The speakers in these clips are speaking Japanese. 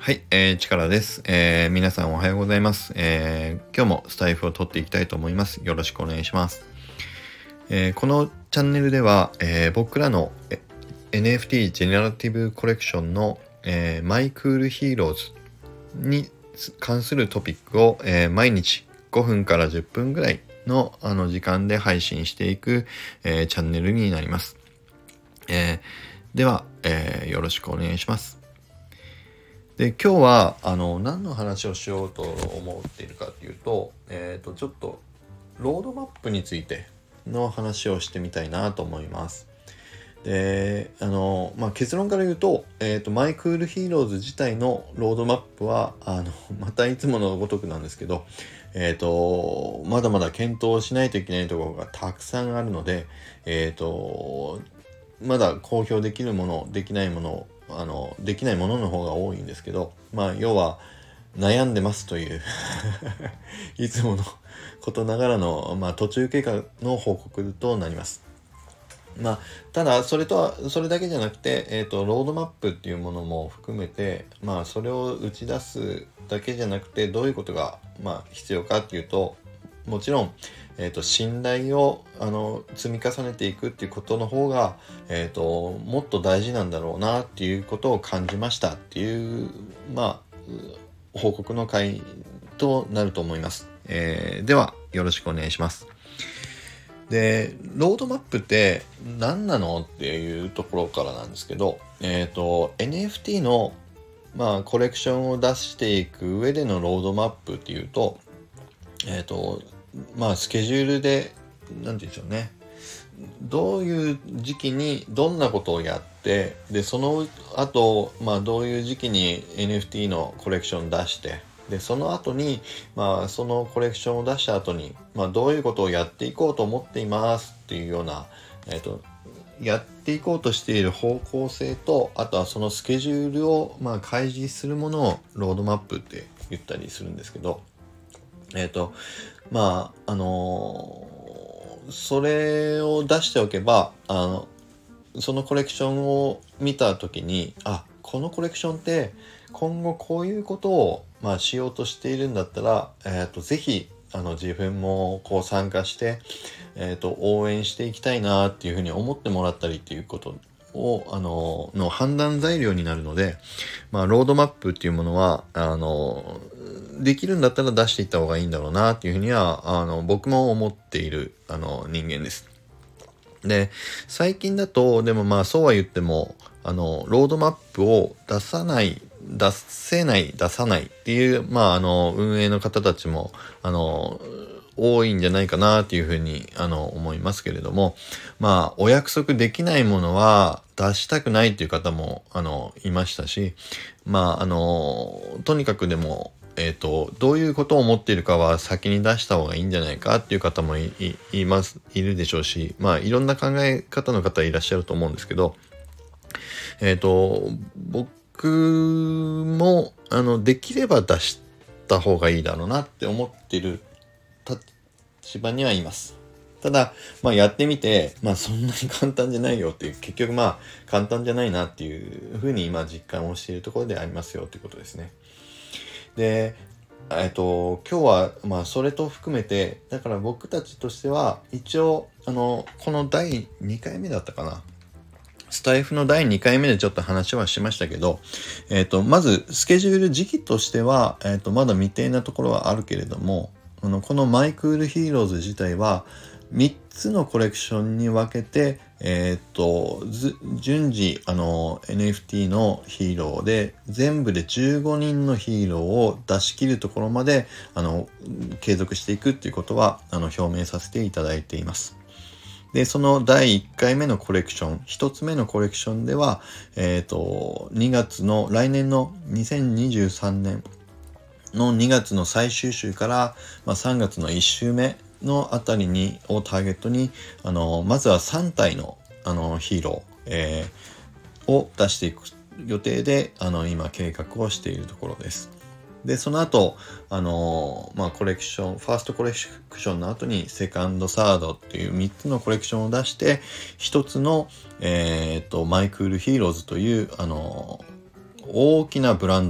はい、力です。皆さんおはようございます。今日もスタイフを撮っていきたいと思います。よろしくお願いします。このチャンネルでは、僕らの NFT ジェネラティブコレクションの、マイクールヒーローズに関するトピックを、毎日5分から10分ぐらいの時間で配信していく、チャンネルになります。では、よろしくお願いします。で、今日は何の話をしようと思っているかというと、ちょっとロードマップについての話をしてみたいなと思います。で、結論から言うと、マイクールヒーローズ自体のロードマップはまたいつものごとくなんですけど、まだまだ検討しないといけないところがたくさんあるので、まだ公表できるもの、できないものできないものの方が多いんですけど、要は悩んでますといういつものことながらの、途中経過の報告となります。ただそれだけじゃなくて、ロードマップっていうものも含めて、それを打ち出すだけじゃなくてどういうことが、必要かっていうと、もちろん、信頼を積み重ねていくっていうことの方が、もっと大事なんだろうなっていうことを感じましたっていう、報告の回となると思います。ではよろしくお願いします。で、ロードマップって何なのっていうところからなんですけど、NFT のコレクションを出していく上でのロードマップっていうと、スケジュールでなんて言うんでしょうね、どういう時期にどんなことをやって、でその後、どういう時期に NFT のコレクション出して、でその後に、そのコレクションを出した後に、どういうことをやっていこうと思っていますっていうような、やっていこうとしている方向性と、あとはそのスケジュールを、開示するものをロードマップって言ったりするんですけど、それを出しておけば、そのコレクションを見た時に、このコレクションって今後こういうことを、しようとしているんだったら、ぜひ自分もこう参加して、応援していきたいなっていうふうに思ってもらったりっていうことをの判断材料になるので、ロードマップっていうものはできるんだったら出していった方がいいんだろうなっていうふうには僕も思っている人間です。で、最近だとでもそうは言ってもロードマップを出さないっていう運営の方たちも多いんじゃないかなっていうふうに思いますけれども、お約束できないものは出したくないっていう方もいましたし、とにかくでもどういうことを思っているかは先に出した方がいいんじゃないかっていう方もいるでしょうし、いろんな考え方の方いらっしゃると思うんですけど、僕もできれば出した方がいいだろうなって思っている立場にはいます。ただやってみてそんなに簡単じゃないよっていう、結局簡単じゃないなっていうふうに今実感をしているところでありますよということですね。で、今日はそれと含めて、だから僕たちとしては一応この第2回目だったかな、スタイフの第2回目でちょっと話はしましたけど、まずスケジュール時期としては、まだ未定なところはあるけれども、このマイクールヒーローズ自体は3つのコレクションに分けて、順次NFT のヒーローで全部で15人のヒーローを出し切るところまで継続していくっていうことは表明させていただいています。で、その第1回目のコレクション、1つ目のコレクションでは、2月の来年の2023年の2月の最終週から、3月の1週目のあたりをターゲットにまずは3体のヒーロー、を出していく予定で今計画をしているところです。で、その後コレクション、ファーストコレクションの後にセカンド、サードっていう3つのコレクションを出して、1つのマイクールヒーローズという大きなブランド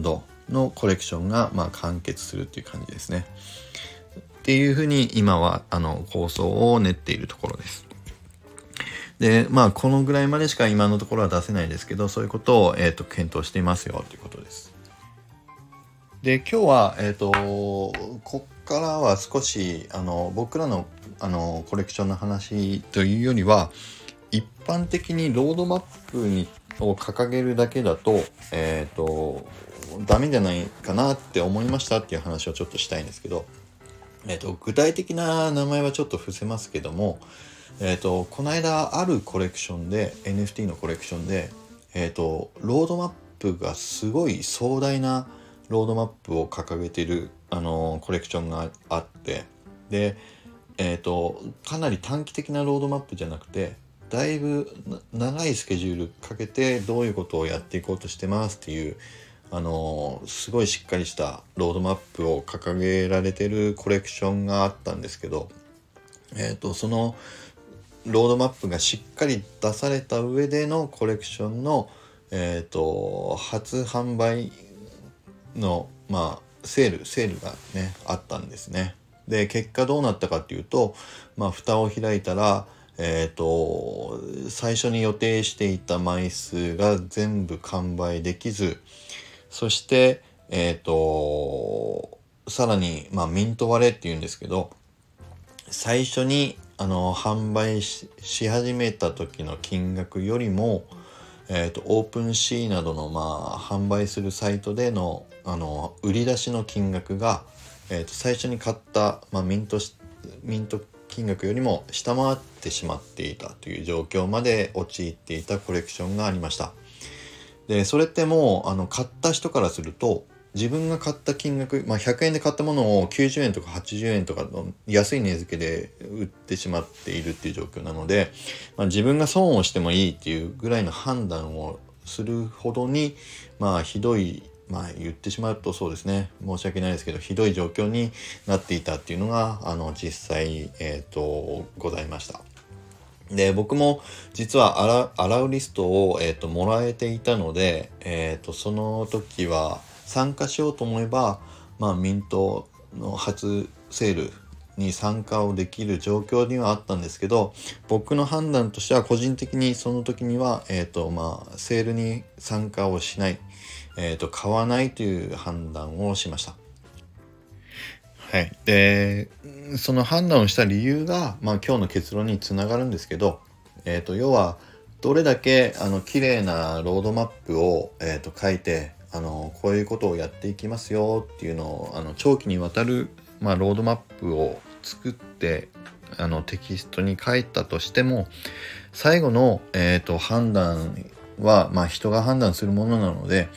のコレクションが完結するっていう感じですね。っていうふうに今は構想を練っているところです。でこのぐらいまでしか今のところは出せないですけど、そういうことを、検討していますよということです。で今日はこっからは少し僕らのコレクションの話というよりは、一般的にロードマップを掲げるだけだとダメじゃないかなって思いましたっていう話をちょっとしたいんですけど、具体的な名前はちょっと伏せますけども、この間あるコレクションで NFT のコレクションでロードマップがすごい壮大なロードマップを掲げているコレクションがあって、でかなり短期的なロードマップじゃなくて、だいぶ長いスケジュールかけてどういうことをやっていこうとしてますっていうすごいしっかりしたロードマップを掲げられてるコレクションがあったんですけど、そのロードマップがしっかり出された上でのコレクションの初販売のセールがねあったんですね。で結果どうなったかっていうと、蓋を開いたら最初に予定していた枚数が全部完売できず、そしてさらにミント割れっていうんですけど、最初に販売 し始めた時の金額よりもオープンシーなどの販売するサイトでの売り出しの金額が最初に買ったミント金額よりも下回ってしまっていたという状況まで陥っていたコレクションがありました。でそれってもう買った人からすると、自分が買った金額、100円で買ったものを90円とか80円とかの安い値付けで売ってしまっているっていう状況なので、自分が損をしてもいいっていうぐらいの判断をするほどにひどい、言ってしまうとそうですね、申し訳ないですけどひどい状況になっていたっていうのが実際ございました。で僕も実はアラウリストをもらえていたのでその時は参加しようと思えばミントの初セールに参加をできる状況にはあったんですけど、僕の判断としては個人的にその時にはセールに参加をしない、買わないという判断をしました。はい、でその判断をした理由が、今日の結論につながるんですけど、要はどれだけ綺麗なロードマップを、書いてこういうことをやっていきますよっていうのを長期にわたる、ロードマップを作ってテキストに書いたとしても、最後の、判断は、人が判断するものなので、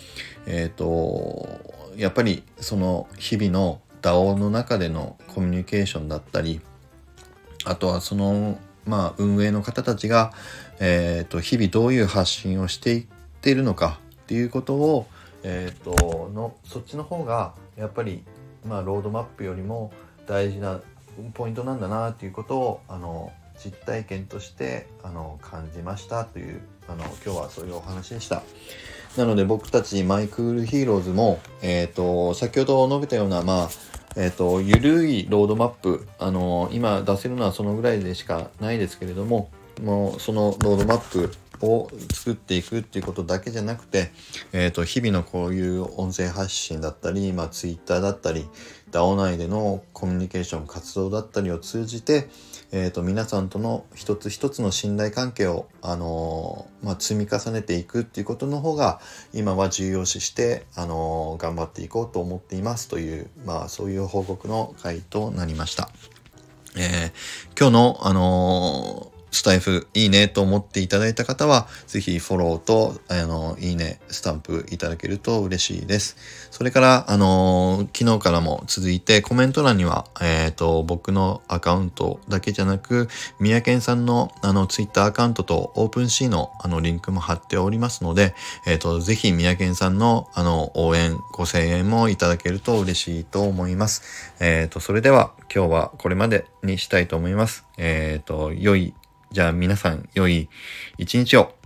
やっぱりその日々のDAO の中でのコミュニケーションだったり、あとはその運営の方たちが、日々どういう発信をしていっているのかっていうことを、そっちの方がやっぱり、ロードマップよりも大事なポイントなんだなっていうことを実体験として感じましたという今日はそういうお話でした。なので僕たちマイクールヒーローズも、先ほど述べたようなゆるいロードマップ今出せるのはそのぐらいでしかないですけれども、もうそのロードマップを作っていくっていうことだけじゃなくて、日々のこういう音声発信だったり、Twitter だったり DAO 内でのコミュニケーション活動だったりを通じて、皆さんとの一つ一つの信頼関係を、積み重ねていくっていうことの方が今は重要視して、頑張っていこうと思っていますという、そういう報告の回となりました。今日の、スタイフいいねと思っていただいた方はぜひフォローといいねスタンプいただけると嬉しいです。それから昨日からも続いてコメント欄には僕のアカウントだけじゃなく三宅さんのツイッターアカウントとオープンシーのリンクも貼っておりますのでぜひ三宅さんの応援ご声援もいただけると嬉しいと思います。それでは今日はこれまでにしたいと思います。じゃあ皆さん良い一日を。